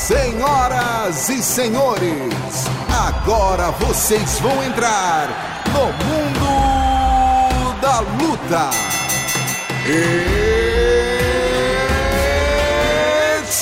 Senhoras e senhores, agora vocês vão entrar no mundo da luta. It's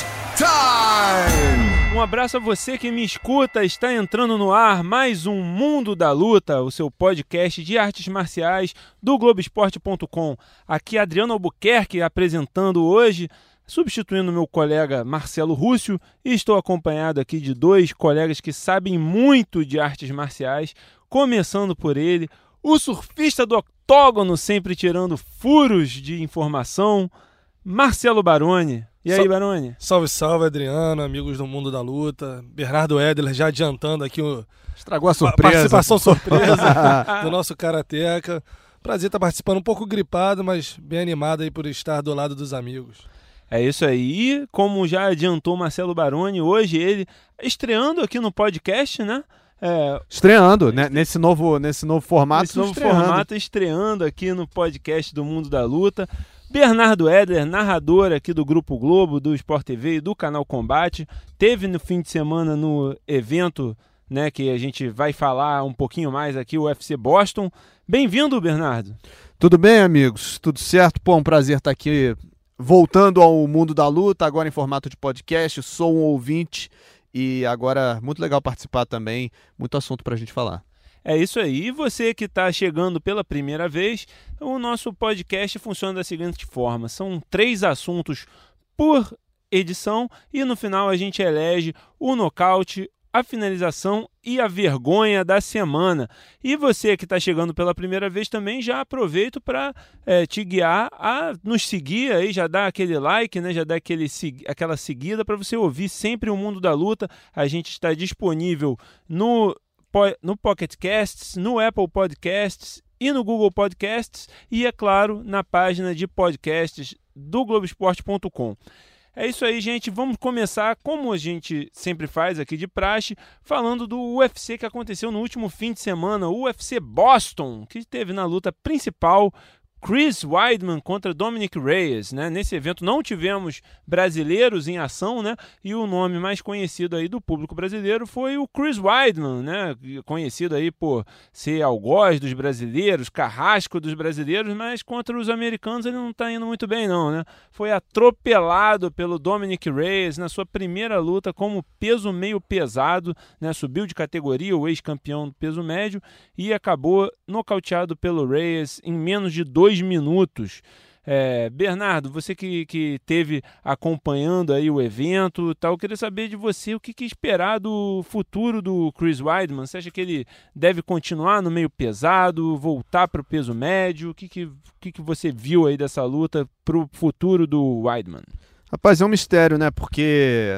time! Um abraço a você que me escuta, está entrando no ar mais um Mundo da Luta, o seu podcast de artes marciais do Globoesporte.com. Aqui Adriano Albuquerque apresentando hoje, substituindo meu colega Marcelo Rússio, e estou acompanhado aqui de dois colegas que sabem muito de artes marciais, começando por ele, o surfista do octógono, sempre tirando furos de informação, Marcelo Baroni. E aí, Baroni? Salve, salve, Adriano, amigos do Mundo da Luta. Bernardo Edler já adiantando aqui estragou a surpresa. Participação surpresa do nosso Karateka. Prazer estar participando, um pouco gripado, mas bem animado aí por estar do lado dos amigos. É isso aí. E como já adiantou Marcelo Baroni, hoje ele estreando aqui no podcast, né? Estreando, né? Nesse novo formato. Estreando aqui no podcast do Mundo da Luta. Bernardo Edler, narrador aqui do Grupo Globo, do Sport TV e do Canal Combate. Teve no fim de semana no evento, né, que a gente vai falar um pouquinho mais aqui, o UFC Boston. Bem-vindo, Bernardo. Tudo bem, amigos? Tudo certo? Pô, um prazer estar aqui voltando ao Mundo da Luta, agora em formato de podcast. Sou um ouvinte e agora muito legal participar também. Muito assunto pra gente falar. É isso aí. E você que está chegando pela primeira vez, o nosso podcast funciona da seguinte forma. São 3 assuntos por edição e no final a gente elege o nocaute, a finalização e a vergonha da semana. E você que está chegando pela primeira vez também, já aproveito para te guiar a nos seguir aí, já dá aquele like, né? Já dá aquela seguida para você ouvir sempre o Mundo da Luta. A gente está disponível no Pocket Casts, no Apple Podcasts e no Google Podcasts e, é claro, na página de podcasts do Globoesporte.com. É isso aí, gente. Vamos começar, como a gente sempre faz aqui de praxe, falando do UFC que aconteceu no último fim de semana, o UFC Boston, que teve na luta principal Chris Weidman contra Dominick Reyes, né? Nesse evento não tivemos brasileiros em ação, né? E o nome mais conhecido aí do público brasileiro foi o Chris Weidman, né? Conhecido aí por ser algoz dos brasileiros, carrasco dos brasileiros, mas contra os americanos ele não está indo muito bem não, né? Foi atropelado pelo Dominick Reyes na sua primeira luta como peso meio pesado, né? Subiu de categoria, o ex-campeão do peso médio, e acabou nocauteado pelo Reyes em menos de 2 minutos. Bernardo, você que teve acompanhando aí o evento e tal, eu queria saber de você o que esperar do futuro do Chris Weidman. Você acha que ele deve continuar no meio pesado, voltar para o peso médio? O que você viu aí dessa luta para o futuro do Weidman? Rapaz, é um mistério, né? Porque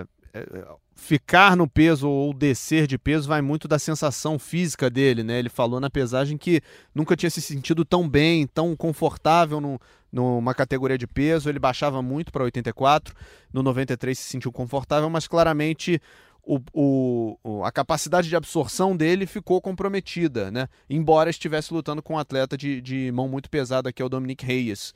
ficar no peso ou descer de peso vai muito da sensação física dele, né? Ele falou na pesagem que nunca tinha se sentido tão bem, tão confortável numa categoria de peso. Ele baixava muito para 84, no 93 se sentiu confortável, mas claramente a capacidade de absorção dele ficou comprometida, né? Embora estivesse lutando com um atleta de mão muito pesada, que é o Dominick Reyes.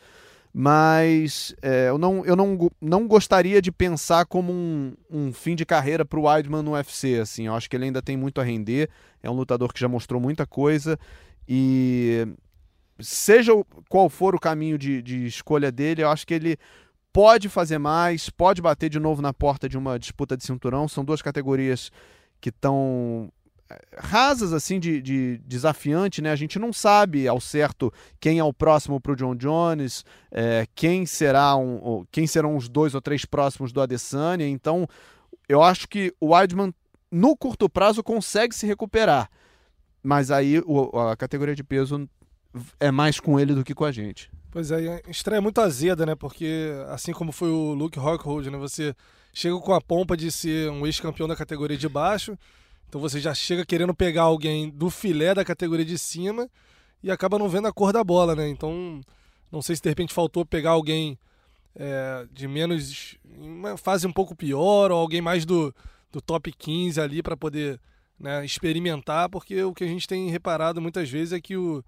Mas eu não gostaria de pensar como um fim de carreira para o Weidman no UFC. Assim, eu acho que ele ainda tem muito a render, é um lutador que já mostrou muita coisa e seja qual for o caminho de escolha dele, eu acho que ele pode fazer mais, pode bater de novo na porta de uma disputa de cinturão. São 2 categorias que estão rasas, assim, de desafiante, né? A gente não sabe ao certo quem é o próximo para o John Jones, quem serão os 2 ou 3 próximos do Adesanya. Então, eu acho que o Weidman, no curto prazo, consegue se recuperar, mas aí a categoria de peso é mais com ele do que com a gente. Pois é, a estreia é muito azeda, né? Porque, assim como foi o Luke Rockhold, né? Você chega com a pompa de ser um ex-campeão da categoria de baixo, então você já chega querendo pegar alguém do filé da categoria de cima e acaba não vendo a cor da bola, né? Então, não sei se de repente faltou pegar alguém de menos, em uma fase um pouco pior, ou alguém mais do top 15 ali para poder, né, experimentar, porque o que a gente tem reparado muitas vezes é que o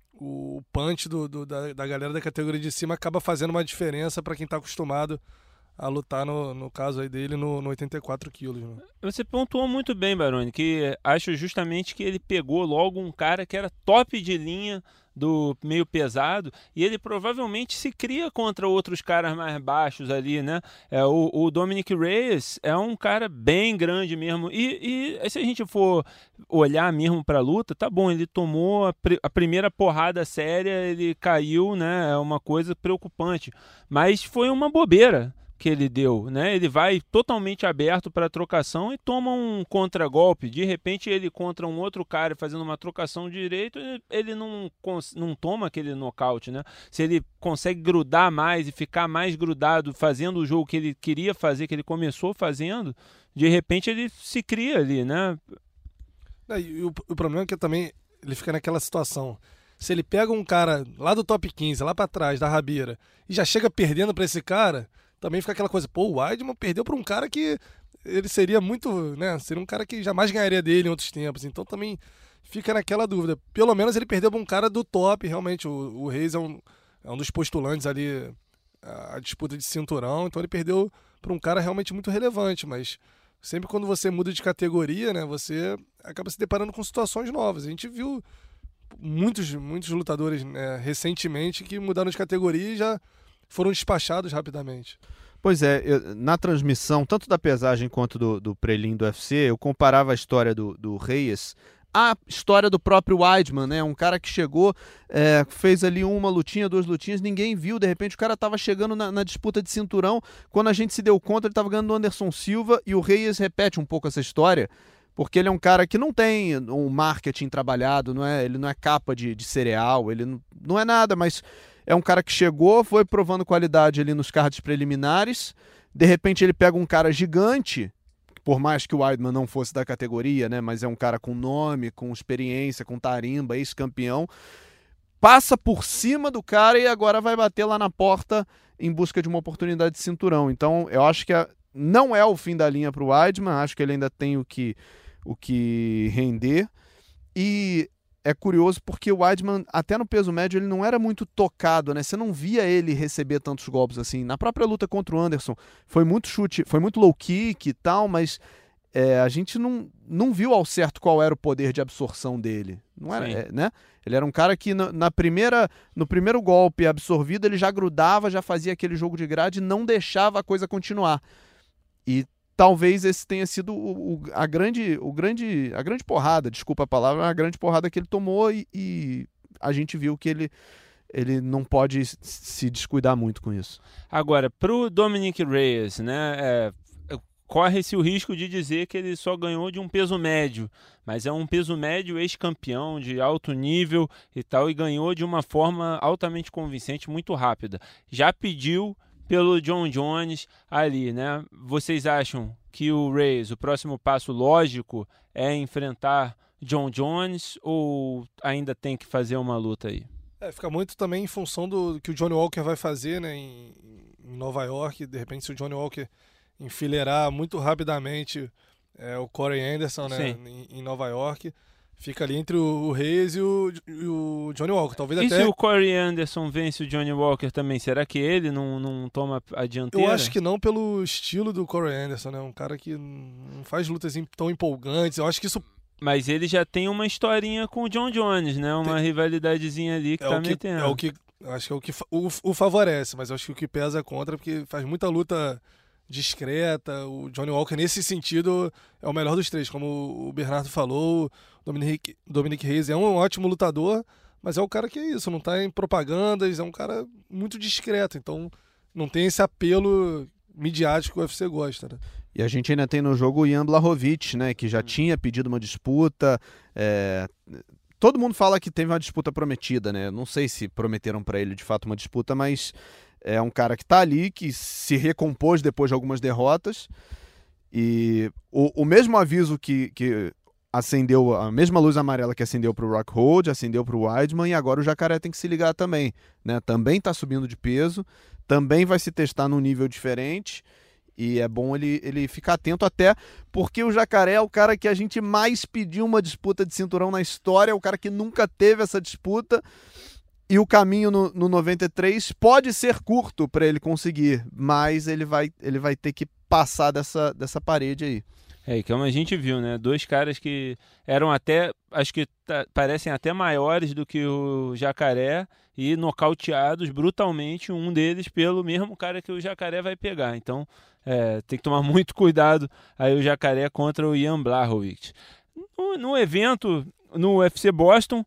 punch da galera da categoria de cima acaba fazendo uma diferença para quem está acostumado a lutar, no caso aí dele, no 84 quilos. Né? Você pontuou muito bem, Baroni, que acho justamente que ele pegou logo um cara que era top de linha do meio pesado, e ele provavelmente se cria contra outros caras mais baixos ali, né? O Dominic Reyes é um cara bem grande mesmo, e se a gente for olhar mesmo pra luta, tá bom, ele tomou a primeira porrada séria, ele caiu, né? É uma coisa preocupante, mas foi uma bobeira que ele deu, né? Ele vai totalmente aberto para a trocação e toma um contragolpe. De repente ele contra um outro cara fazendo uma trocação de direito, ele não toma aquele nocaute, né? Se ele consegue grudar mais e ficar mais grudado fazendo o jogo que ele queria fazer, que ele começou fazendo, de repente ele se cria ali, né? E o problema é que também ele fica naquela situação. Se ele pega um cara lá do top 15, lá para trás, da rabeira, e já chega perdendo para esse cara, também fica aquela coisa, o Weidman perdeu para um cara que ele seria muito, né, seria um cara que jamais ganharia dele em outros tempos, então também fica naquela dúvida. Pelo menos ele perdeu para um cara do top, realmente, o Reis é um dos postulantes ali a disputa de cinturão, então ele perdeu para um cara realmente muito relevante, mas sempre quando você muda de categoria, né, você acaba se deparando com situações novas. A gente viu muitos lutadores, né, recentemente que mudaram de categoria e já foram despachados rapidamente. Pois é, na transmissão, tanto da pesagem quanto do prelim do UFC, eu comparava a história do Reyes à história do próprio Weidman, né? Um cara que chegou, fez ali uma lutinha, 2 lutinhas, ninguém viu, de repente o cara estava chegando na disputa de cinturão, quando a gente se deu conta ele estava ganhando do Anderson Silva, e o Reyes repete um pouco essa história, porque ele é um cara que não tem um marketing trabalhado, ele não é capa de cereal, ele não é nada, mas é um cara que chegou, foi provando qualidade ali nos cards preliminares, de repente ele pega um cara gigante, por mais que o Weidman não fosse da categoria, né, mas é um cara com nome, com experiência, com tarimba, ex-campeão, passa por cima do cara e agora vai bater lá na porta em busca de uma oportunidade de cinturão. Então eu acho que não é o fim da linha para o Weidman, acho que ele ainda tem o que render, e é curioso porque o Weidman, até no peso médio, ele não era muito tocado, né? Você não via ele receber tantos golpes assim. Na própria luta contra o Anderson, foi muito chute, foi muito low kick e tal, mas a gente não viu ao certo qual era o poder de absorção dele. Não era, né? Ele era um cara que no primeiro golpe absorvido, ele já grudava, já fazia aquele jogo de grade e não deixava a coisa continuar. E talvez esse tenha sido a grande porrada, desculpa a palavra, a grande porrada que ele tomou, e a gente viu que ele não pode se descuidar muito com isso. Agora, pro Dominic Reyes, né, corre-se o risco de dizer que ele só ganhou de um peso médio, mas é um peso médio ex-campeão de alto nível e tal, e ganhou de uma forma altamente convincente, muito rápida. Já pediu pelo John Jones ali, né? Vocês acham que o Reyes, o próximo passo lógico é enfrentar John Jones, ou ainda tem que fazer uma luta aí? Fica muito também em função do que o Johnny Walker vai fazer, né, em Nova York. De repente, se o Johnny Walker enfileirar muito rapidamente o Corey Anderson, né, em Nova York, fica ali entre o Reyes e o Johnny Walker. Talvez se o Corey Anderson vence o Johnny Walker também, será que ele não toma a dianteira? Eu acho que não, pelo estilo do Corey Anderson, né? Um cara que não faz lutas tão empolgantes. Eu acho que isso... Mas ele já tem uma historinha com o John Jones, né? Uma rivalidadezinha ali que tá metendo. Acho que é o que o favorece, mas eu acho que o que pesa contra, porque faz muita luta discreta. O Johnny Walker, nesse sentido, é o melhor dos três. Como o Bernardo falou, o Dominic Reyes é um ótimo lutador, mas é o cara que é isso, não tá em propagandas, é um cara muito discreto, então não tem esse apelo midiático que o UFC gosta, né? E a gente ainda tem no jogo o Jan Blachowicz, né, que já tinha pedido uma disputa. Todo mundo fala que teve uma disputa prometida, né? Não sei se prometeram para ele de fato uma disputa, mas é um cara que tá ali, que se recompôs depois de algumas derrotas. E o mesmo aviso que acendeu, a mesma luz amarela que acendeu para o Rockhold, acendeu para o Weidman, e agora o Jacaré tem que se ligar também, né? Também está subindo de peso, também vai se testar num nível diferente, e é bom ele ficar atento, até porque o Jacaré é o cara que a gente mais pediu uma disputa de cinturão na história, é o cara que nunca teve essa disputa, E o caminho no 93 pode ser curto para ele conseguir, mas ele vai ter que passar dessa parede aí. E como a gente viu, né? 2 caras que eram até, acho que parecem até maiores do que o Jacaré e nocauteados brutalmente, um deles pelo mesmo cara que o Jacaré vai pegar. Então, tem que tomar muito cuidado aí o Jacaré contra o Jan Blachowicz. No evento, no UFC Boston,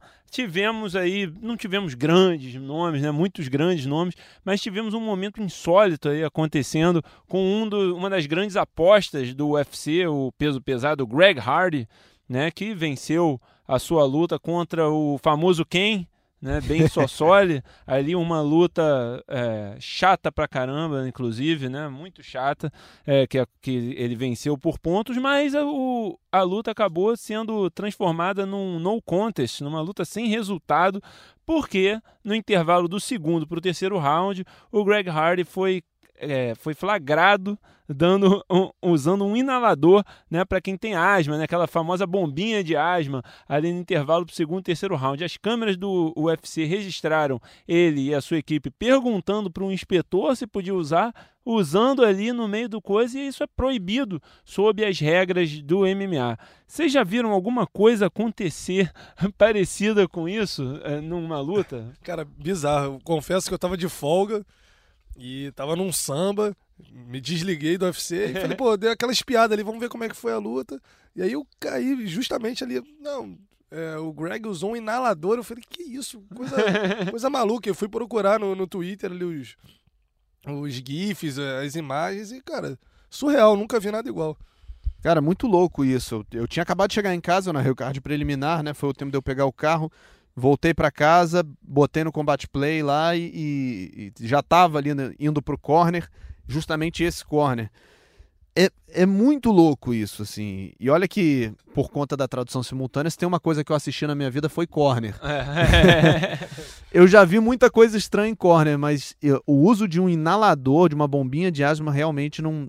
não tivemos grandes nomes, né, muitos grandes nomes, mas tivemos um momento insólito aí acontecendo com uma das grandes apostas do UFC, o peso pesado, o Greg Hardy, né, que venceu a sua luta contra o famoso Ken, né, bem sossole, ali uma luta chata pra caramba, inclusive, né, muito chata, que ele venceu por pontos, mas a luta acabou sendo transformada num no contest, numa luta sem resultado, porque no intervalo do segundo para o terceiro round, o Greg Hardy foi flagrado usando um inalador, né, para quem tem asma, né, aquela famosa bombinha de asma ali no intervalo para o segundo e terceiro round. As câmeras do UFC registraram ele e a sua equipe perguntando para um inspetor se podia usar, usando ali no meio do coisa, e isso é proibido sob as regras do MMA. Vocês já viram alguma coisa acontecer parecida com isso numa luta? Cara, bizarro. Eu confesso que eu tava de folga e tava num samba, me desliguei do UFC e falei, pô, dei aquela espiada ali, vamos ver como é que foi a luta. E aí eu caí justamente ali, o Greg usou um inalador, eu falei, que isso, coisa maluca. Eu fui procurar no Twitter ali os GIFs, as imagens e, cara, surreal, nunca vi nada igual. Cara, muito louco isso. Eu tinha acabado de chegar em casa na Rio Card preliminar, né, foi o tempo de eu pegar o carro. Voltei para casa, botei no Combat Play lá e já tava ali indo pro corner, justamente esse corner. É muito louco isso, assim. E olha que, por conta da tradução simultânea, se tem uma coisa que eu assisti na minha vida foi corner. Eu já vi muita coisa estranha em corner, mas o uso de um inalador, de uma bombinha de asma, realmente não...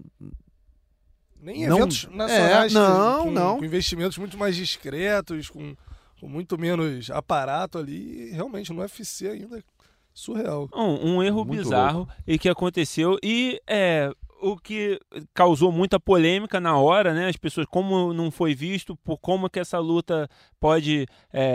Nem eventos nacionais não. Com investimentos muito mais discretos, com muito menos aparato ali, realmente no UFC ainda surreal. Um erro muito bizarro louco. e que aconteceu e o que causou muita polêmica na hora, né? As pessoas, como não foi visto, por como que essa luta pode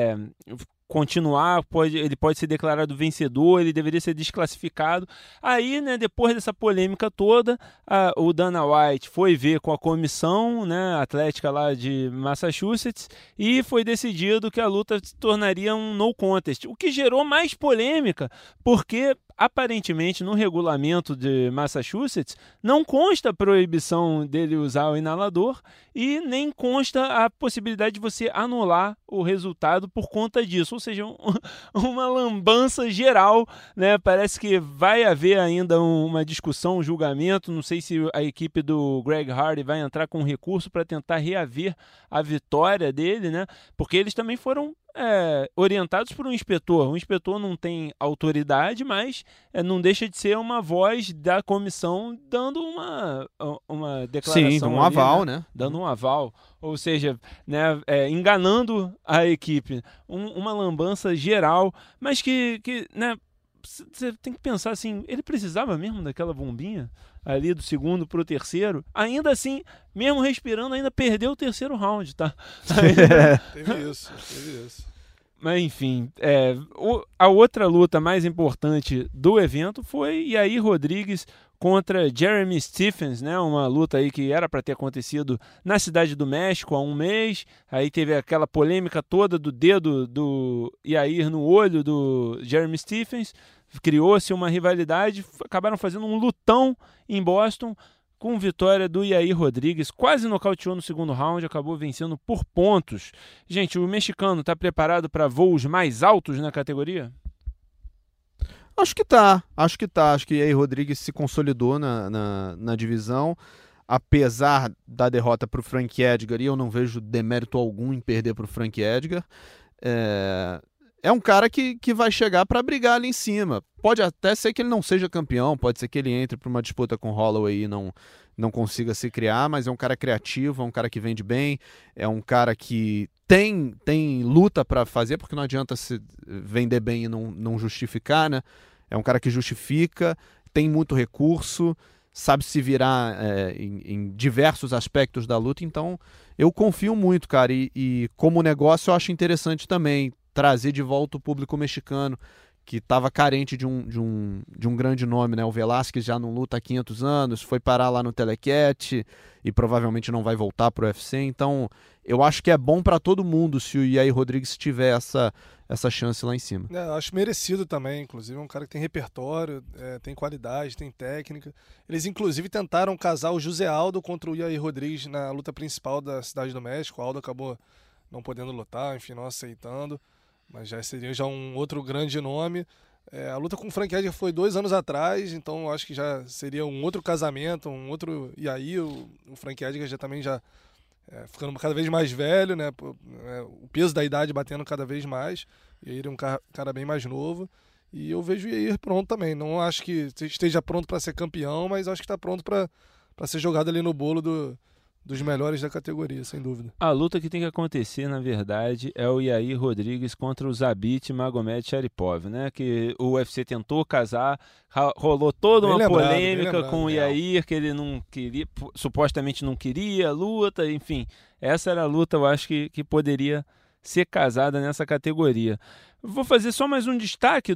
continuar, ele pode ser declarado vencedor, ele deveria ser desclassificado. Aí, né, depois dessa polêmica toda, o Dana White foi ver com a comissão, né, atlética lá de Massachusetts e foi decidido que a luta se tornaria um no contest, o que gerou mais polêmica, porque aparentemente no regulamento de Massachusetts não consta a proibição dele usar o inalador e nem consta a possibilidade de você anular o resultado por conta disso, ou seja, uma lambança geral, né? Parece que vai haver ainda uma discussão, um julgamento, não sei se a equipe do Greg Hardy vai entrar com recurso para tentar reaver a vitória dele, né? Porque eles também foram orientados por um inspetor. O inspetor não tem autoridade, mas não deixa de ser uma voz da comissão dando uma declaração. Sim, um aval, né? Dando um aval. Ou seja, né, enganando a equipe. Uma lambança geral, mas que né, você tem que pensar assim, ele precisava mesmo daquela bombinha ali do segundo pro terceiro? Ainda assim, mesmo respirando, ainda perdeu o terceiro round, tá? Teve isso. Mas enfim, a outra luta mais importante do evento foi Yair Rodrigues contra Jeremy Stephens, né? Uma luta aí que era para ter acontecido na Cidade do México há um mês. Aí teve aquela polêmica toda do dedo do Yair no olho do Jeremy Stephens. Criou-se uma rivalidade, acabaram fazendo um lutão em Boston com vitória do Yair Rodrigues, quase nocauteou no segundo round, acabou vencendo por pontos. Gente, o mexicano está preparado para voos mais altos na categoria? Acho que tá. Acho que Yair Rodrigues se consolidou na divisão, apesar da derrota para o Frank Edgar, e eu não vejo demérito algum em perder para o Frank Edgar. é um cara que vai chegar para brigar ali em cima. Pode até ser que ele não seja campeão, pode ser que ele entre para uma disputa com o Holloway e não consiga se criar, mas é um cara criativo, é um cara que vende bem, é um cara que tem luta para fazer, porque não adianta se vender bem e não justificar, né? É um cara que justifica, tem muito recurso, sabe se virar em diversos aspectos da luta, então eu confio muito, cara, e como negócio eu acho interessante também trazer de volta o público mexicano, que estava carente de um grande nome, né? O Velasquez já não luta há 500 anos, foi parar lá no Telecat e provavelmente não vai voltar para o UFC, então eu acho que é bom para todo mundo se o Yair Rodrigues tiver essa chance lá em cima. Eu acho merecido também, inclusive é um cara que tem repertório, tem qualidade, tem técnica. Eles inclusive tentaram casar o José Aldo contra o Yair Rodrigues na luta principal da Cidade do México. O Aldo acabou não podendo lutar, enfim, não aceitando, mas já seria um outro grande nome. A luta com o Frank Edgar foi 2 anos atrás, então eu acho que já seria um outro casamento, um outro Yair. O Frank Edgar também ficando cada vez mais velho, né? O peso da idade batendo cada vez mais. E Yair é um cara bem mais novo. E eu vejo o Yair pronto também. Não acho que esteja pronto para ser campeão, mas acho que está pronto para ser jogado ali no bolo dos melhores da categoria, sem dúvida. A luta que tem que acontecer, na verdade, é o Yair Rodrigues contra o Zabit Magomedsharipov, né? Que o UFC tentou casar, rolou toda uma polêmica com o Yair, que ele não queria, supostamente não queria, luta, enfim. Essa era a luta, eu acho que poderia ser casada nessa categoria. Vou fazer só mais um destaque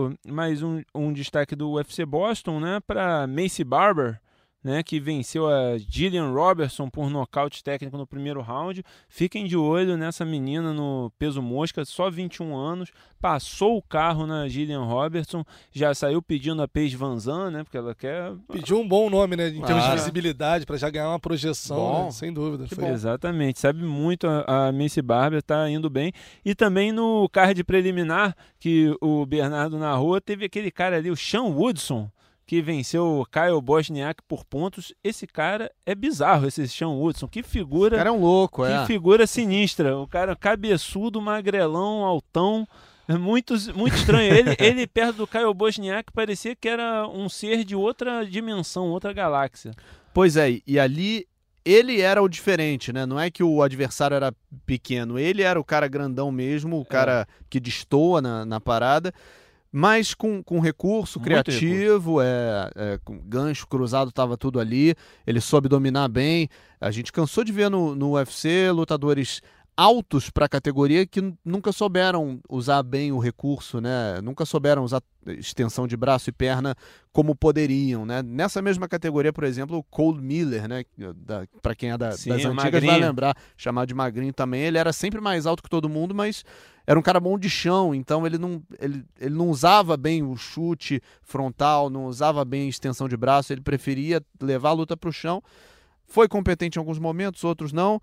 um destaque do UFC Boston, né? Para Maycee Barber, né, que venceu a Gillian Robertson por nocaute técnico no primeiro round. Fiquem de olho nessa menina no peso mosca, só 21 anos, passou o carro na Gillian Robertson, já saiu pedindo a Paige VanZant, né, porque ela quer... Pediu um bom nome, né, em termos de visibilidade, para já ganhar uma projeção, né, sem dúvida. Exatamente, sabe muito a Maycee Barber, tá indo bem. E também no card preliminar, que o Bernardo narrou, teve aquele cara ali, o Sean Woodson, que venceu o Kyle Bochniak por pontos. Esse cara é bizarro, esse Sean Woodson. Que figura... Esse cara é um louco, Que figura sinistra. O cara cabeçudo, magrelão, altão. É muito estranho. Ele perto do Kyle Bochniak parecia que era um ser de outra dimensão, outra galáxia. Pois é, e ali ele era o diferente, né? Não é que o adversário era pequeno. Ele era o cara grandão mesmo, o cara que destoa na parada. Mas com recurso criativo, com gancho cruzado, estava tudo ali. Ele soube dominar bem. A gente cansou de ver no UFC lutadores altos para a categoria que nunca souberam usar bem o recurso, né? Nunca souberam usar extensão de braço e perna como poderiam, né? Nessa mesma categoria, por exemplo, o Cole Miller, né? Para quem é das antigas magrinho. Vai lembrar, chamado de magrinho também. Ele era sempre mais alto que todo mundo, mas era um cara bom de chão, então ele não usava bem o chute frontal, não usava bem a extensão de braço, ele preferia levar a luta para o chão. Foi competente em alguns momentos, outros não.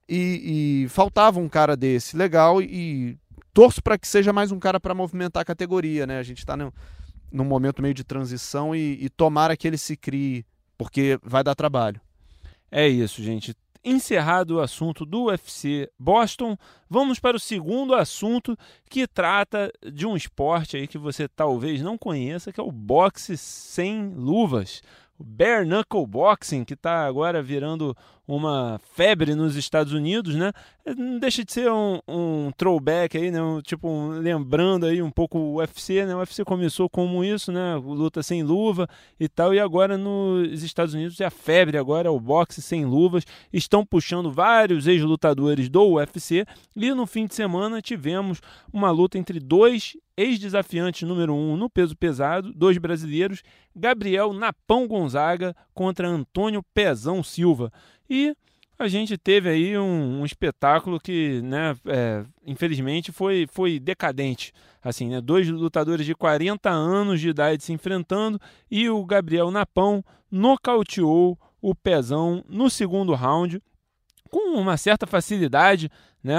E faltava um cara desse legal e torço para que seja mais um cara para movimentar a categoria, né? A gente está num momento meio de transição e tomara que ele se crie, porque vai dar trabalho. É isso, gente. Encerrado o assunto do UFC Boston, vamos para o segundo assunto, que trata de um esporte aí que você talvez não conheça, que é o boxe sem luvas. O Bare Knuckle Boxing, que está agora virando uma febre nos Estados Unidos, né? Não deixa de ser um throwback aí, né? Lembrando aí um pouco o UFC, né? O UFC começou como isso, né? Luta sem luva e tal, e agora nos Estados Unidos a febre agora é o boxe sem luvas. Estão puxando vários ex-lutadores do UFC e no fim de semana tivemos uma luta entre dois ex-desafiantes número 1 no peso pesado, dois brasileiros, Gabriel Napão Gonzaga contra Antônio Pezão Silva. E a gente teve aí um espetáculo que, né, infelizmente foi decadente. Assim, né, dois lutadores de 40 anos de idade se enfrentando e o Gabriel Napão nocauteou o Pezão no segundo round com uma certa facilidade, né?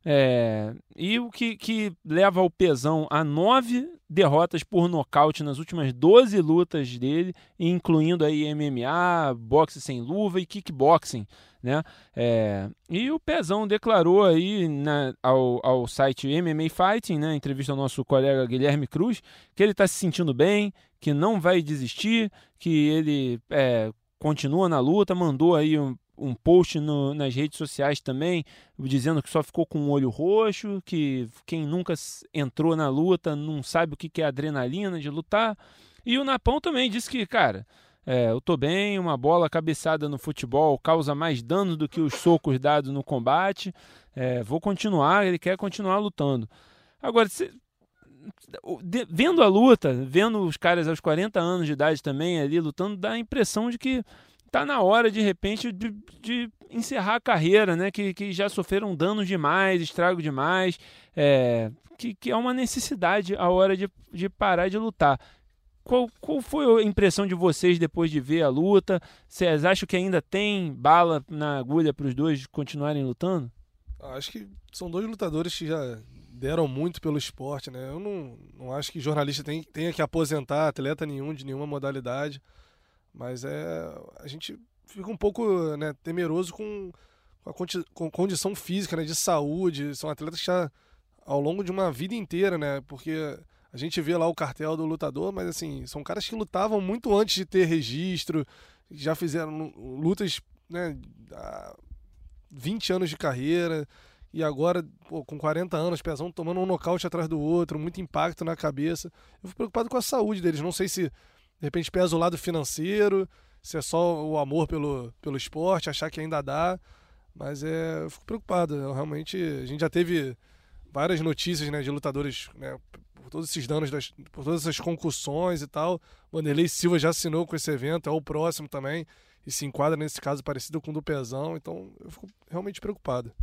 E o que leva ao Pezão a 9 derrotas por nocaute nas últimas 12 lutas dele, incluindo aí MMA, boxe sem luva e kickboxing, né? E o Pezão declarou aí ao site MMA Fighting, né, entrevista ao nosso colega Guilherme Cruz, que ele está se sentindo bem, que não vai desistir, que ele continua na luta, mandou aí um post nas redes sociais também, dizendo que só ficou com o olho roxo, que quem nunca entrou na luta não sabe o que é adrenalina de lutar. E o Napão também disse que, cara, eu tô bem, uma bola cabeçada no futebol causa mais danos do que os socos dados no combate, vou continuar, ele quer continuar lutando. Agora, vendo a luta, vendo os caras aos 40 anos de idade também ali lutando, dá a impressão de que tá na hora, de repente, de encerrar a carreira, né? Que já sofreram danos demais, estrago demais, que é uma necessidade a hora de parar de lutar. Qual foi a impressão de vocês depois de ver a luta? Vocês acham que ainda tem bala na agulha para os dois continuarem lutando? Acho que são dois lutadores que já deram muito pelo esporte, né? Eu não acho que jornalista tenha que aposentar atleta nenhum, de nenhuma modalidade. Mas a gente fica um pouco, né, temeroso com a condição física, né, de saúde. São atletas que já, ao longo de uma vida inteira, né, porque a gente vê lá o cartel do lutador, mas assim, são caras que lutavam muito antes de ter registro, já fizeram lutas, né, há 20 anos de carreira, e agora, com 40 anos, Pezão tomando um nocaute atrás do outro, muito impacto na cabeça. Eu fico preocupado com a saúde deles, não sei se de repente pesa o lado financeiro, se é só o amor pelo esporte, achar que ainda dá. Mas eu fico preocupado. Realmente, a gente já teve várias notícias, né, de lutadores, né, por todos esses danos, por todas essas concussões e tal. Vanderlei Silva já assinou com esse evento, é o próximo também, e se enquadra nesse caso parecido com o do Pezão. Então, eu fico realmente preocupado.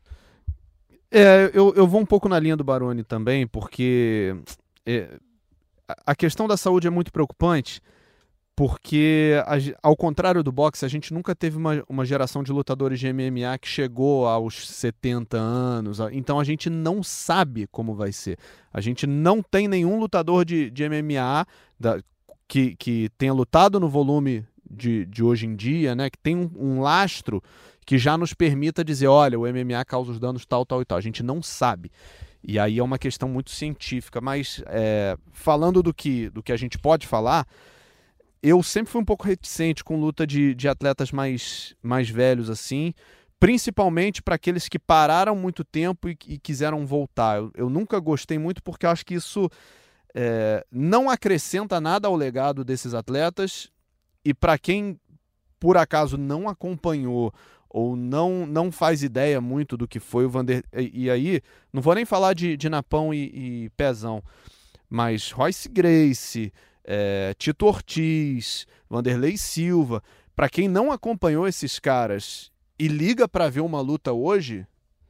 Eu vou um pouco na linha do Baroni também, porque a questão da saúde é muito preocupante, porque, ao contrário do boxe, a gente nunca teve uma geração de lutadores de MMA que chegou aos 70 anos, então a gente não sabe como vai ser. A gente não tem nenhum lutador de MMA que tenha lutado no volume de hoje em dia, né, que tem um lastro que já nos permita dizer, olha, o MMA causa os danos tal, tal e tal. A gente não sabe. E aí é uma questão muito científica, mas falando do que a gente pode falar, eu sempre fui um pouco reticente com luta de atletas mais velhos assim, principalmente para aqueles que pararam muito tempo e quiseram voltar. Eu nunca gostei muito porque eu acho que isso não acrescenta nada ao legado desses atletas, e para quem por acaso não acompanhou ou não faz ideia muito do que foi o Vanderlei. E aí, não vou nem falar de Napão e Pezão, mas Royce Gracie, Tito Ortiz, Vanderlei Silva. Para quem não acompanhou esses caras e liga para ver uma luta hoje,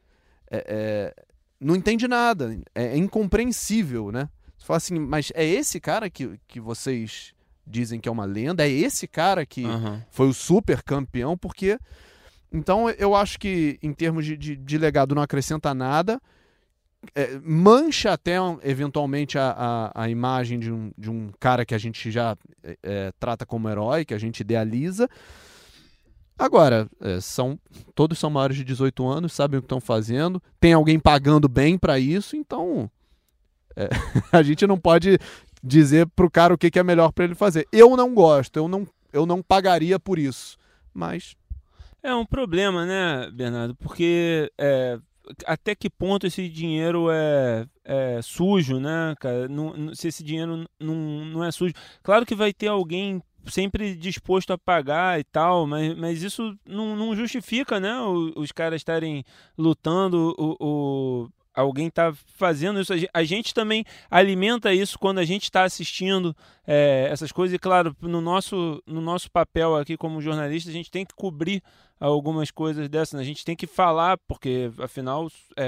não entende nada. É incompreensível, né? Você fala assim, mas é esse cara que vocês dizem que é uma lenda? É esse cara que foi o super campeão? Porque... Então eu acho que em termos de legado não acrescenta nada, mancha até eventualmente a imagem de um cara que a gente já trata como herói, que a gente idealiza. Agora, todos são maiores de 18 anos, sabem o que estão fazendo, tem alguém pagando bem para isso, então a gente não pode dizer pro cara o que é melhor para ele fazer. Eu não gosto, eu não pagaria por isso, mas... É um problema, né, Bernardo? Porque até que ponto esse dinheiro é sujo, né, cara? Se esse dinheiro não é sujo. Claro que vai ter alguém sempre disposto a pagar e tal, mas isso não justifica, né, os caras estarem lutando, alguém está fazendo isso. A gente também alimenta isso quando a gente está assistindo essas coisas. E claro, no nosso papel aqui como jornalista, a gente tem que cobrir algumas coisas dessas, né? A gente tem que falar, porque afinal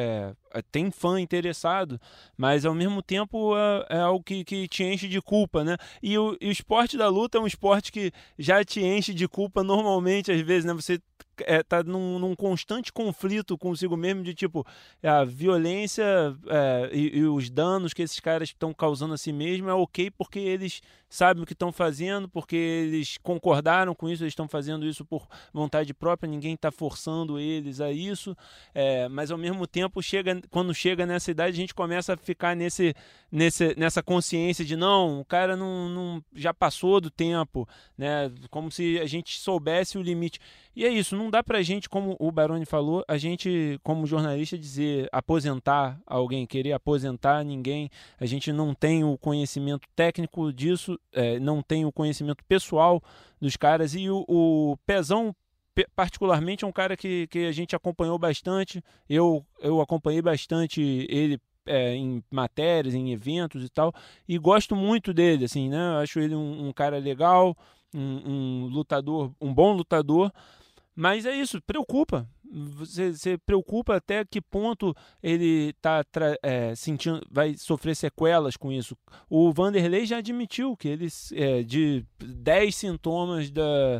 tem fã interessado, mas ao mesmo tempo é algo que te enche de culpa, né? E o esporte da luta é um esporte que já te enche de culpa normalmente, às vezes, né? Você tá num constante conflito consigo mesmo de tipo, a violência e os danos que esses caras estão causando a si mesmo é ok porque eles sabem o que estão fazendo, porque eles concordaram com isso, eles estão fazendo isso por vontade própria, ninguém está forçando eles a isso, mas ao mesmo tempo quando chega nessa idade a gente começa a ficar nessa consciência de não, o cara não já passou do tempo, né? Como se a gente soubesse o limite. E é isso, não dá pra gente, como o Baroni falou, a gente, como jornalista, dizer aposentar alguém, querer aposentar ninguém. A gente não tem o conhecimento técnico disso, não tem o conhecimento pessoal dos caras. E o Pezão, particularmente, é um cara que a gente acompanhou bastante. Eu acompanhei bastante ele em matérias, em eventos e tal, e gosto muito dele, assim, né? Eu acho ele um cara legal, um lutador, um bom lutador. Mas é isso, preocupa. Você preocupa até que ponto ele está sentindo, vai sofrer sequelas com isso. O Vanderlei já admitiu que ele, de 10 sintomas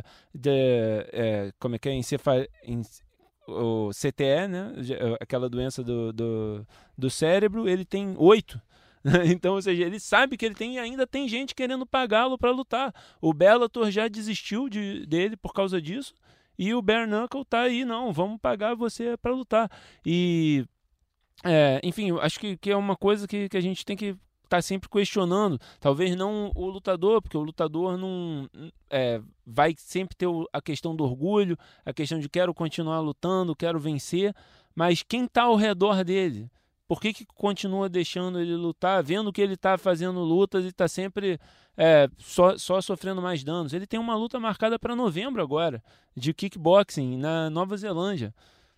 como é que é, o CTE, né? Aquela doença do cérebro, ele tem 8. Então, ou seja, ele sabe que ele tem e ainda tem gente querendo pagá-lo para lutar. O Bellator já desistiu dele por causa disso. E o Bare Knuckle tá aí, não, vamos pagar você para lutar. E, enfim, acho que é uma coisa que a gente tem que estar sempre questionando. Talvez não o lutador, porque o lutador não vai sempre ter a questão do orgulho, a questão de quero continuar lutando, quero vencer, mas quem está ao redor dele? Por que continua deixando ele lutar, vendo que ele está fazendo lutas e está sempre só sofrendo mais danos? Ele tem uma luta marcada para novembro agora, de kickboxing, na Nova Zelândia.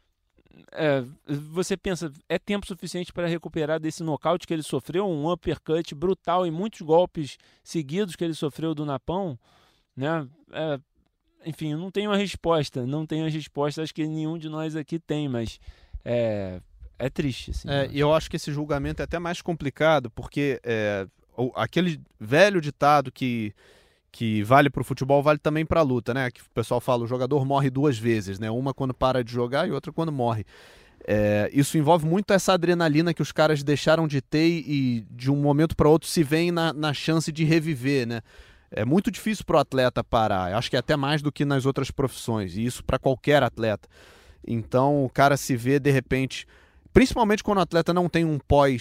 Você pensa, é tempo suficiente para recuperar desse nocaute que ele sofreu, um uppercut brutal e muitos golpes seguidos que ele sofreu do Napão, né? Enfim, eu não tenho a resposta, acho que nenhum de nós aqui tem, mas é triste. Assim, e eu acho que esse julgamento é até mais complicado, porque aquele velho ditado que vale para o futebol vale também para a luta, né? Que o pessoal fala, o jogador morre 2 vezes, né? Uma quando para de jogar e outra quando morre. Isso envolve muito essa adrenalina que os caras deixaram de ter e de um momento para outro se veem na chance de reviver, né? É muito difícil para o atleta parar. Eu acho que é até mais do que nas outras profissões, e isso para qualquer atleta. Então o cara se vê de repente, principalmente quando o atleta não tem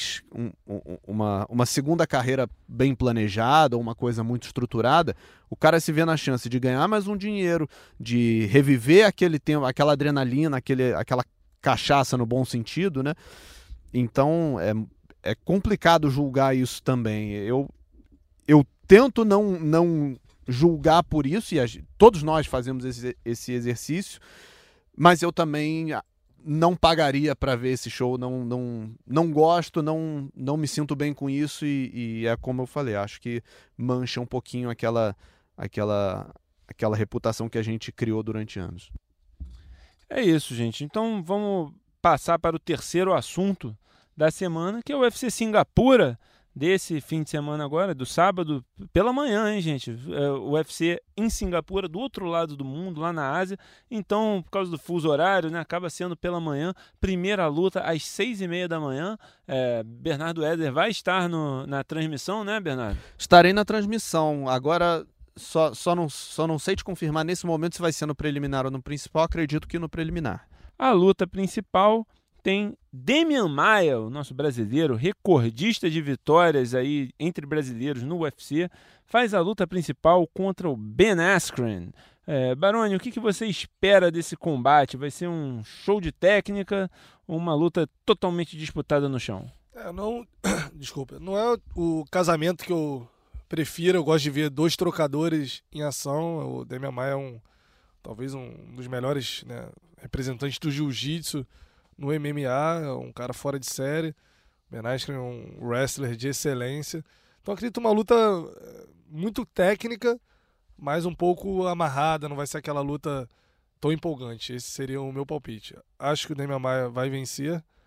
uma segunda carreira bem planejada, ou uma coisa muito estruturada, o cara se vê na chance de ganhar mais um dinheiro, de reviver aquele tempo, aquela adrenalina, aquela cachaça no bom sentido, né? Então é complicado julgar isso também. Eu tento não julgar por isso, e todos nós fazemos esse exercício, mas eu também não pagaria para ver esse show, não gosto, não me sinto bem com isso, e é como eu falei, acho que mancha um pouquinho aquela reputação que a gente criou durante anos. É isso, gente. Então vamos passar para o terceiro assunto da semana, que é o UFC Singapura, desse fim de semana agora, do sábado, pela manhã, hein, gente? O UFC em Singapura, do outro lado do mundo, lá na Ásia. Então, por causa do fuso horário, né, acaba sendo pela manhã. Primeira luta às 6h30 da manhã. Bernardo Eder vai estar na transmissão, né, Bernardo? Estarei na transmissão. Agora, só não sei te confirmar nesse momento se vai ser no preliminar ou no principal. Acredito que no preliminar. A luta principal tem Demian Maia, o nosso brasileiro, recordista de vitórias aí entre brasileiros no UFC, faz a luta principal contra o Ben Askren. Baroni, o que você espera desse combate? Vai ser um show de técnica ou uma luta totalmente disputada no chão? Desculpa, não é o casamento que eu prefiro. Eu gosto de ver 2 trocadores em ação. O Demian Maia é talvez um dos melhores, né, representantes do jiu-jitsu no MMA, um cara fora de série. Ben Askren é um wrestler de excelência. Então acredito uma luta muito técnica, mas um pouco amarrada, não vai ser aquela luta tão empolgante. Esse seria o meu palpite. Acho que o Demian Maia vai vencer,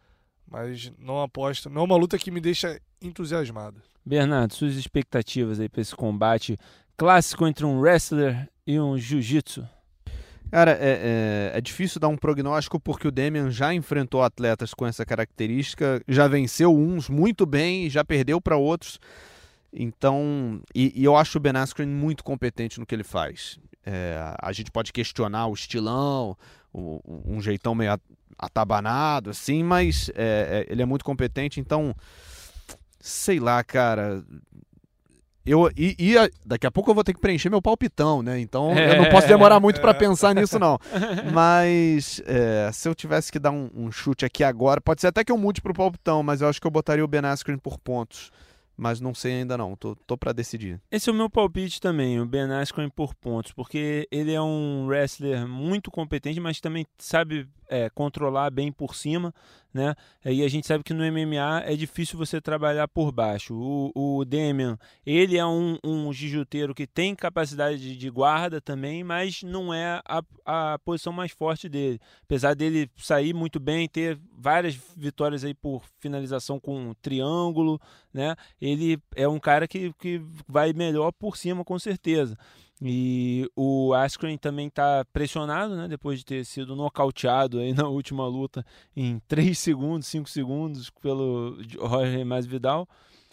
Mas não aposto. Não é uma luta que me deixa entusiasmado. Bernardo, suas expectativas aí para esse combate clássico entre um wrestler e um jiu-jitsu? Cara, é difícil dar um prognóstico porque o Demian já enfrentou atletas com essa característica, já venceu uns muito bem e já perdeu para outros. Então, e eu acho o Ben Askren muito competente no que ele faz. A gente pode questionar o estilão, um jeitão meio atabanado, assim, mas ele é muito competente, então, sei lá, cara. Daqui a pouco eu vou ter que preencher meu palpitão, né? Então eu não posso demorar muito para pensar nisso, não. Mas se eu tivesse que dar um chute aqui agora, pode ser até que eu mude pro palpitão, mas eu acho que eu botaria o Ben Askren por pontos. Mas não sei ainda não, tô para decidir. Esse é o meu palpite também, o Ben Askren por pontos, porque ele é um wrestler muito competente, mas também sabe controlar bem por cima, né? E a gente sabe que no MMA é difícil você trabalhar por baixo. O Demian, ele é um jiu-jiteiro que tem capacidade de guarda também, mas não é a posição mais forte dele. Apesar dele sair muito bem, ter várias vitórias aí por finalização com triângulo, né? Ele é um cara que vai melhor por cima, com certeza. E o Askren também está pressionado, né, depois de ter sido nocauteado aí na última luta em 3 segundos, 5 segundos pelo Jorge Masvidal.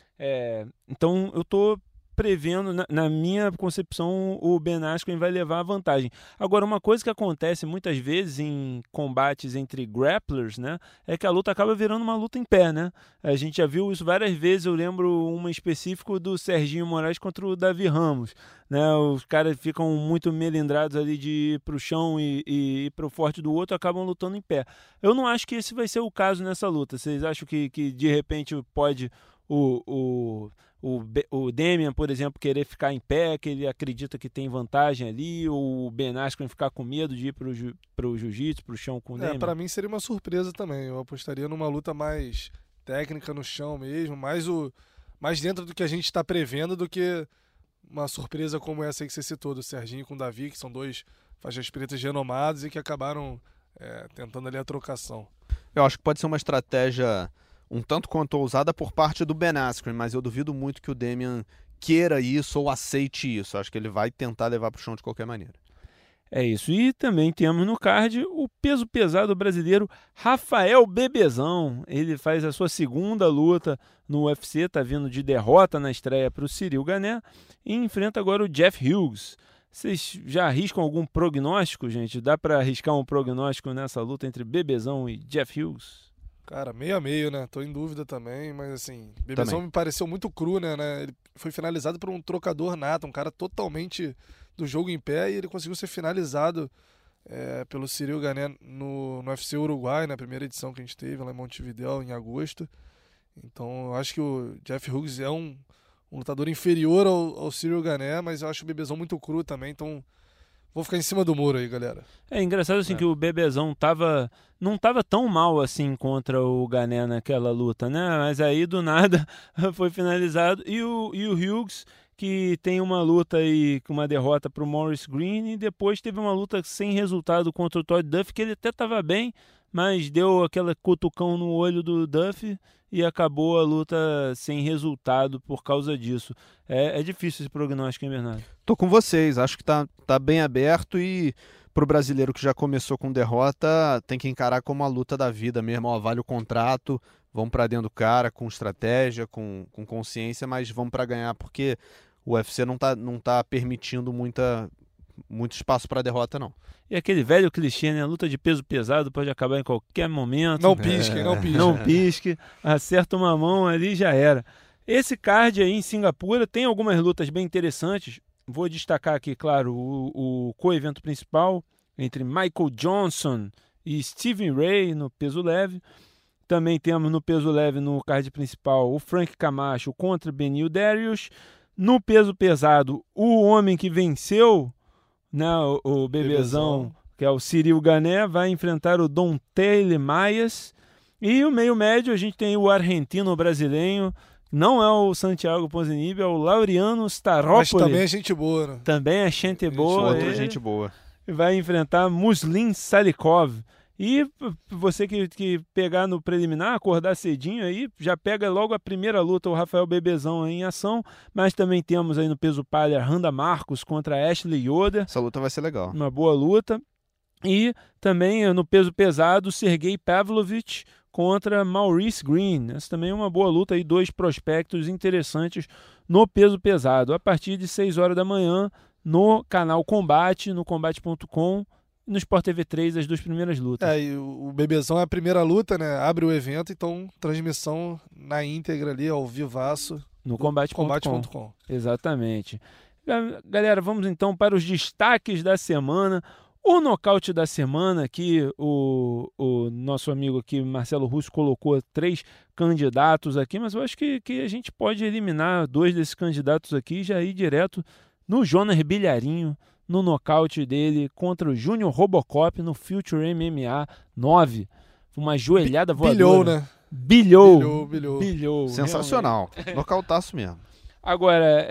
Então eu estou prevendo, na minha concepção, o Ben Askren vai levar a vantagem. Agora, uma coisa que acontece muitas vezes em combates entre grapplers, né, é que a luta acaba virando uma luta em pé, né? A gente já viu isso várias vezes. Eu lembro uma em específico do Serginho Moraes contra o Davi Ramos, né? Os caras ficam muito melindrados ali de ir para o chão e ir para o forte do outro, acabam lutando em pé. Eu não acho que esse vai ser o caso nessa luta. Vocês acham que de repente pode o Demian, por exemplo, querer ficar em pé, que ele acredita que tem vantagem ali, ou o Ben Askren ficar com medo de ir para o jiu-jitsu, para o chão com o Demian? Para mim seria uma surpresa também. Eu apostaria numa luta mais técnica no chão mesmo, mais dentro do que a gente está prevendo do que uma surpresa como essa aí que você citou, do Serginho com o Davi, que são dois faixas pretas renomados e que acabaram tentando ali a trocação. Eu acho que pode ser uma estratégia um tanto quanto ousada por parte do Ben Askren, mas eu duvido muito que o Demian queira isso ou aceite isso. Acho que ele vai tentar levar para o chão de qualquer maneira. É isso. E também temos no card o peso pesado brasileiro Rafael Bebezão. Ele faz a sua segunda luta no UFC, tá vindo de derrota na estreia para o Ciryl Gane e enfrenta agora o Jeff Hughes. Vocês já arriscam algum prognóstico, gente? Dá para arriscar um prognóstico nessa luta entre Bebezão e Jeff Hughes? Cara, meio a meio, né? Tô em dúvida também, mas assim, Bebezão me pareceu muito cru, né? Ele foi finalizado por um trocador nato, um cara totalmente do jogo em pé, e ele conseguiu ser finalizado pelo Ciryl Gane no UFC Uruguai, na primeira edição que a gente teve lá em Montevidéu, em agosto. Então, eu acho que o Jeff Hughes é um lutador inferior ao Ciryl Gane, mas eu acho o Bebezão muito cru também, então vou ficar em cima do muro aí, galera. É engraçado assim que o Bebezão não tava tão mal assim contra o Gane naquela luta, né? Mas aí do nada foi finalizado. E o Hughes, que tem uma luta aí com uma derrota para o Maurice Green, e depois teve uma luta sem resultado contra o Todd Duffy, que ele até estava bem, mas deu aquela cutucão no olho do Duffy e acabou a luta sem resultado por causa disso. É difícil esse prognóstico, hein, Bernardo? Tô com vocês, acho que tá bem aberto, e pro brasileiro que já começou com derrota, tem que encarar como a luta da vida mesmo. Ó, vale o contrato, vamos pra dentro do cara, com estratégia, com consciência, mas vamos pra ganhar, porque o UFC não tá permitindo muito espaço para derrota, não. E aquele velho clichê, né? A luta de peso pesado pode acabar em qualquer momento. Não pisque, não pisque. Não pisque, acerta uma mão ali e já era. Esse card aí em Singapura tem algumas lutas bem interessantes. Vou destacar aqui, claro, o co-evento principal entre Michael Johnson e Steven Ray no peso leve. Também temos no peso leve, no card principal, o Frank Camacho contra Beneil Dariush. No peso pesado, o homem que venceu, né, o Bebezão, que é o Ciryl Gane, vai enfrentar o Don'Tale Mayes. E o meio médio, a gente tem o argentino brasileiro, não é o Santiago Ponzinibbio, é o Laureano Staropoli. Mas também é gente boa, né? Também é gente boa. Outra gente boa. Vai enfrentar Muslim Salikov. E você que pegar no preliminar, acordar cedinho aí, já pega logo a primeira luta, o Rafael Bebezão aí em ação, mas também temos aí no peso palha Randa Marcos contra Ashley Yoder. Essa luta vai ser legal. Uma boa luta. E também no peso pesado, Sergei Pavlovich contra Maurice Green. Essa também é uma boa luta aí, 2 prospectos interessantes no peso pesado. A partir de 6 horas da manhã, no canal Combate, no combate.com, no Sport TV 3, as 2 primeiras lutas. E o Bebezão é a primeira luta, né? Abre o evento, então transmissão na íntegra ali, ao vivaço. No combate.com. Combate.com. Exatamente. Galera, vamos então para os destaques da semana. O nocaute da semana, que o nosso amigo aqui, Marcelo Russo, colocou 3 candidatos aqui, mas eu acho que a gente pode eliminar 2 desses candidatos aqui e já ir direto no Jonas Bilharinho, no nocaute dele contra o Júnior Robocop no Future MMA 9. Uma joelhada voadora. Bilhou, né? Bilhou. Sensacional. Nocautaço mesmo. Agora,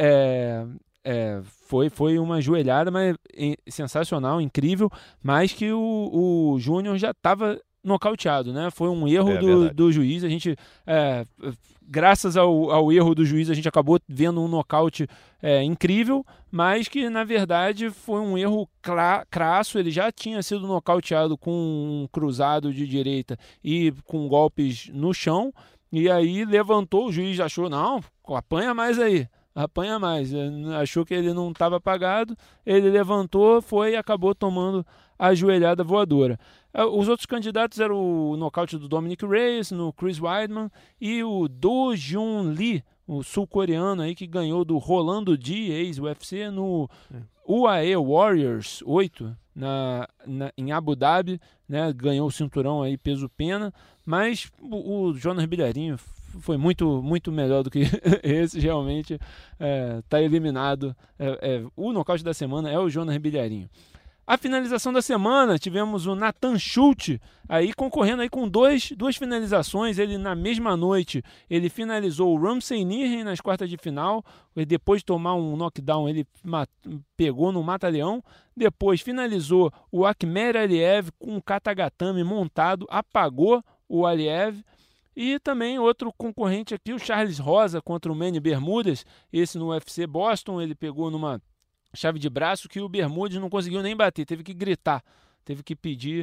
foi uma joelhada, mas sensacional, incrível, mas que o Júnior já estava nocauteado, né? Foi um erro do juiz. A gente, graças ao erro do juiz, a gente acabou vendo um nocaute incrível, mas que na verdade foi um erro crasso. Ele já tinha sido nocauteado com um cruzado de direita e com golpes no chão, e aí levantou, o juiz achou, não, apanha mais aí. Apanha mais, achou que ele não estava apagado, ele levantou, foi e acabou tomando a joelhada voadora. Os outros candidatos eram o nocaute do Dominic Reyes, no Chris Weidman, e o Do Jun Lee, o sul-coreano aí que ganhou do Rolando Di, ex-UFC, no UAE Warriors 8, em Abu Dhabi, né, ganhou o cinturão aí peso pena, mas o Jonas Bilharinho foi muito, muito melhor do que esse, realmente está eliminado. O nocaute da semana é o Jonas Bilharinho. A finalização da semana, tivemos o Nathan Schulte aí concorrendo aí com duas finalizações. Ele, na mesma noite, ele finalizou o Ramsey Niren nas quartas de final. E depois de tomar um knockdown, ele pegou no mata-leão. Depois finalizou o Akhmed Aliev com um katagatame montado, apagou o Aliev. E também outro concorrente aqui, o Charles Rosa contra o Manny Bermudez, esse no UFC Boston. Ele pegou numa chave de braço que o Bermudez não conseguiu nem bater, teve que gritar, teve que pedir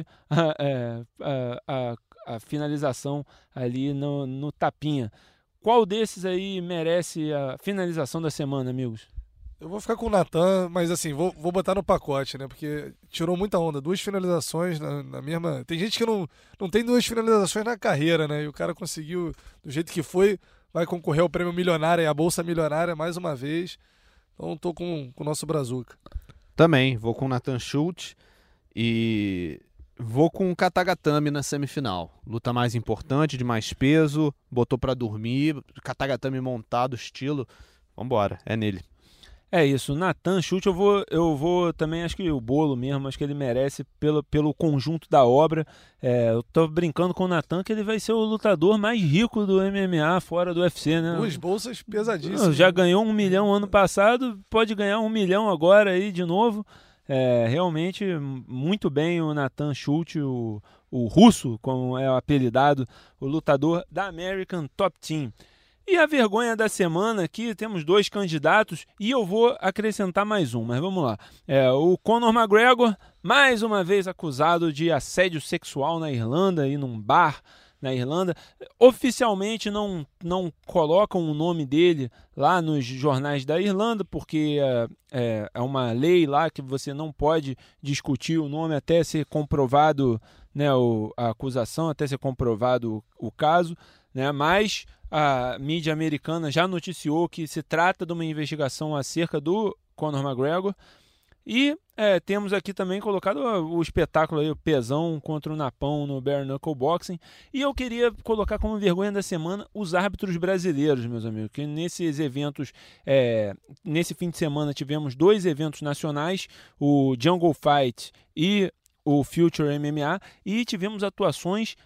a finalização ali no tapinha. Qual desses aí merece a finalização da semana, amigos? Eu vou ficar com o Nathan, mas assim, vou botar no pacote, né? Porque tirou muita onda. 2 finalizações na mesma... Tem gente que não tem 2 finalizações na carreira, né? E o cara conseguiu, do jeito que foi, vai concorrer ao prêmio milionário e a Bolsa Milionária mais uma vez. Então tô com o nosso Brazuca. Também, vou com o Nathan Schulte e vou com o Katagatame na semifinal. Luta mais importante, de mais peso, botou pra dormir, Katagatame montado, estilo. Vambora, é nele. É isso, Nathan Schulte, eu vou também, acho que o bolo mesmo, acho que ele merece pelo conjunto da obra. Eu tô brincando com o Nathan que ele vai ser o lutador mais rico do MMA fora do UFC, né? 2 bolsas pesadíssimas. Já ganhou 1 milhão ano passado, pode ganhar 1 milhão agora aí de novo. Realmente, muito bem o Nathan Schulte, o russo, como é apelidado, o lutador da American Top Team. E a vergonha da semana aqui, temos 2 candidatos e eu vou acrescentar mais um, mas vamos lá. O Conor McGregor, mais uma vez acusado de assédio sexual na Irlanda, aí num bar na Irlanda. Oficialmente não colocam o nome dele lá nos jornais da Irlanda, porque é uma lei lá que você não pode discutir o nome até ser comprovado, né, a acusação, até ser comprovado o caso, né, mas a mídia americana já noticiou que se trata de uma investigação acerca do Conor McGregor. E temos aqui também colocado o espetáculo aí, o pesão contra o Napão no Bare Knuckle Boxing. E eu queria colocar como vergonha da semana os árbitros brasileiros, meus amigos, que nesses eventos, nesse fim de semana tivemos 2 eventos nacionais, o Jungle Fight e o Future MMA, e tivemos atuações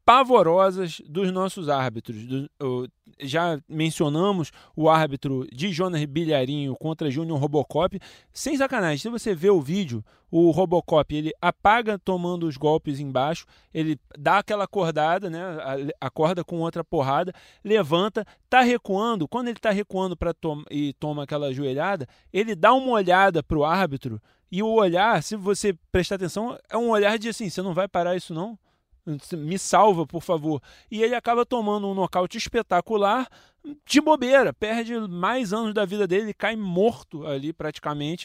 pavorosas dos nossos árbitros. Já mencionamos o árbitro de Jonas Bilharinho contra Júnior Robocop. Sem sacanagem, se você vê o vídeo, o Robocop ele apaga tomando os golpes embaixo, ele dá aquela acordada, né? Acorda com outra porrada, levanta, tá recuando. Quando ele tá recuando e toma aquela joelhada, ele dá uma olhada pro árbitro, e o olhar, se você prestar atenção, é um olhar de assim, você não vai parar isso não? Me salva, por favor. E ele acaba tomando um nocaute espetacular de bobeira, perde mais anos da vida dele, cai morto ali praticamente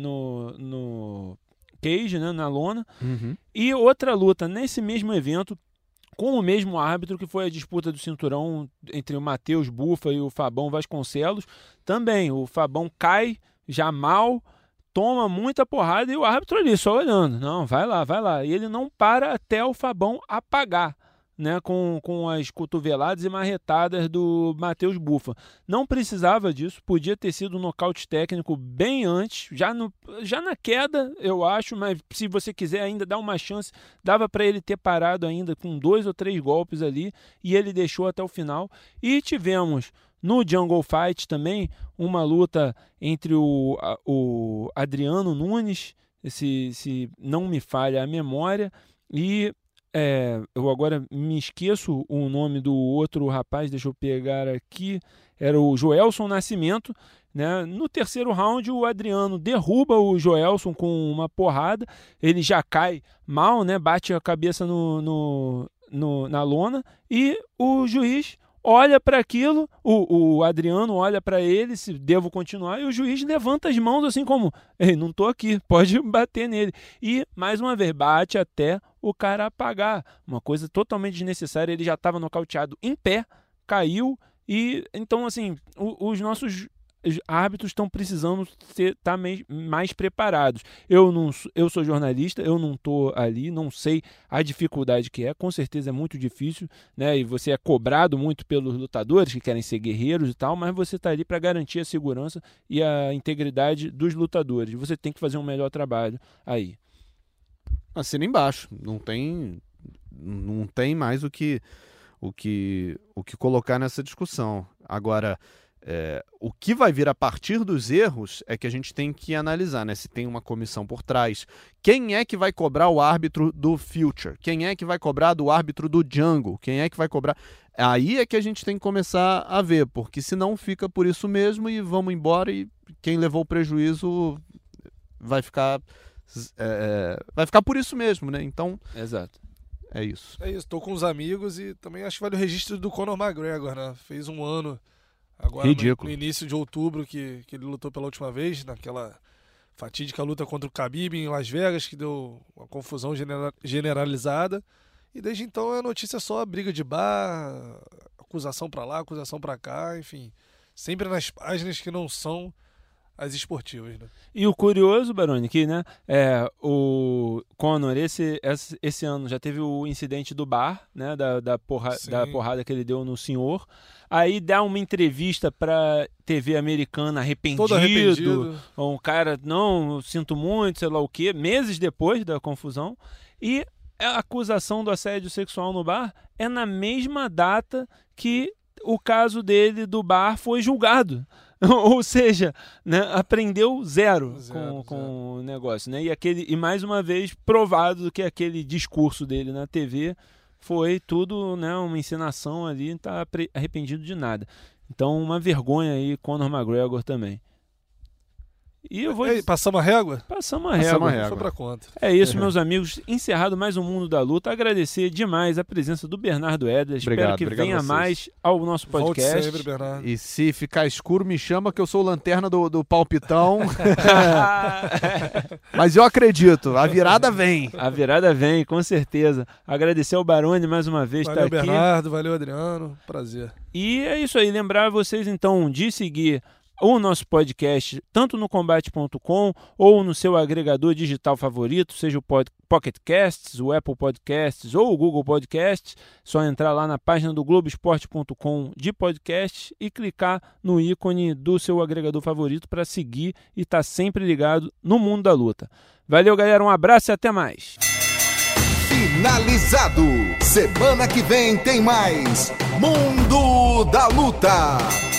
no cage, né, na lona. E outra luta nesse mesmo evento, com o mesmo árbitro, que foi a disputa do cinturão entre o Matheus Bufa e o Fabão Vasconcelos. Também o Fabão cai já mal, toma muita porrada e o árbitro ali só olhando. Não, vai lá, vai lá. E ele não para até o Fabão apagar, né, com as cotoveladas e marretadas do Matheus Bufa. Não precisava disso, podia ter sido um nocaute técnico bem antes, já na queda, eu acho, mas se você quiser ainda dar uma chance, dava para ele ter parado ainda com 2 ou 3 golpes ali, e ele deixou até o final. E tivemos no Jungle Fight também uma luta entre o Adriano Nunes, se não me falha a memória, e eu agora me esqueço o nome do outro rapaz, deixa eu pegar aqui, era o Joelson Nascimento, né? No terceiro round o Adriano derruba o Joelson com uma porrada, ele já cai mal, né? Bate a cabeça na lona, e o juiz olha para aquilo, o Adriano olha para ele, se devo continuar, e o juiz levanta as mãos assim como, ei, não tô aqui, pode bater nele. E, mais uma vez, bate até o cara apagar. Uma coisa totalmente desnecessária, ele já estava nocauteado em pé, caiu, e então, assim, os nossos árbitros estão precisando estar mais preparados. Eu sou jornalista, eu não estou ali, não sei a dificuldade que é, com certeza é muito difícil, né? E você é cobrado muito pelos lutadores que querem ser guerreiros e tal, mas você está ali para garantir a segurança e a integridade dos lutadores. Você tem que fazer um melhor trabalho aí. Assina embaixo, não tem mais o que colocar nessa discussão. Agora, o que vai vir a partir dos erros é que a gente tem que analisar, né? Se tem uma comissão por trás. Quem é que vai cobrar o árbitro do Future? Quem é que vai cobrar do árbitro do Jungle? Quem é que vai cobrar? Aí é que a gente tem que começar a ver, porque senão fica por isso mesmo e vamos embora, e quem levou o prejuízo vai ficar por isso mesmo, né? Então, exato. É isso. Tô com os amigos e também acho que vale o registro do Conor McGregor, né? Fez um ano agora no início de outubro que ele lutou pela última vez, naquela fatídica luta contra o Khabib em Las Vegas, que deu uma confusão generalizada. E desde então a notícia é só briga de bar, acusação pra lá, acusação pra cá, enfim. Sempre nas páginas que não são as esportivas, né? E o curioso, Baroni, que, né, o Conor esse ano já teve o incidente do bar, né, da porrada que ele deu no senhor. Aí dá uma entrevista pra TV americana todo arrependido. Um cara, não, sinto muito, sei lá o quê, meses depois da confusão. E a acusação do assédio sexual no bar é na mesma data que o caso dele do bar foi julgado. Ou seja, né, aprendeu zero com o negócio, né? E mais uma vez provado que aquele discurso dele na TV foi tudo, né, uma encenação ali, não está arrependido de nada. Então, uma vergonha aí, Conor McGregor também. E eu vou... Passamos a régua? Passamos a régua. Sobra conta. É isso, meus amigos. Encerrado mais um Mundo da Luta. Agradecer demais a presença do Bernardo Edler. Espero que venha mais ao nosso podcast. Volte sempre, Bernardo. E se ficar escuro, me chama que eu sou o lanterna do palpitão. Mas eu acredito, a virada vem. A virada vem, com certeza. Agradecer ao Baroni mais uma vez. Valeu, tá aqui. Bernardo. Valeu, Adriano. Prazer. E é isso aí. Lembrar vocês, então, de seguir o nosso podcast, tanto no combate.com ou no seu agregador digital favorito, seja o Pocket Casts, o Apple Podcasts ou o Google Podcasts. Só entrar lá na página do Globoesporte.com de podcast e clicar no ícone do seu agregador favorito para seguir e estar sempre ligado no mundo da luta. Valeu, galera, um abraço e até mais. finalizado. Semana que vem tem mais Mundo da Luta.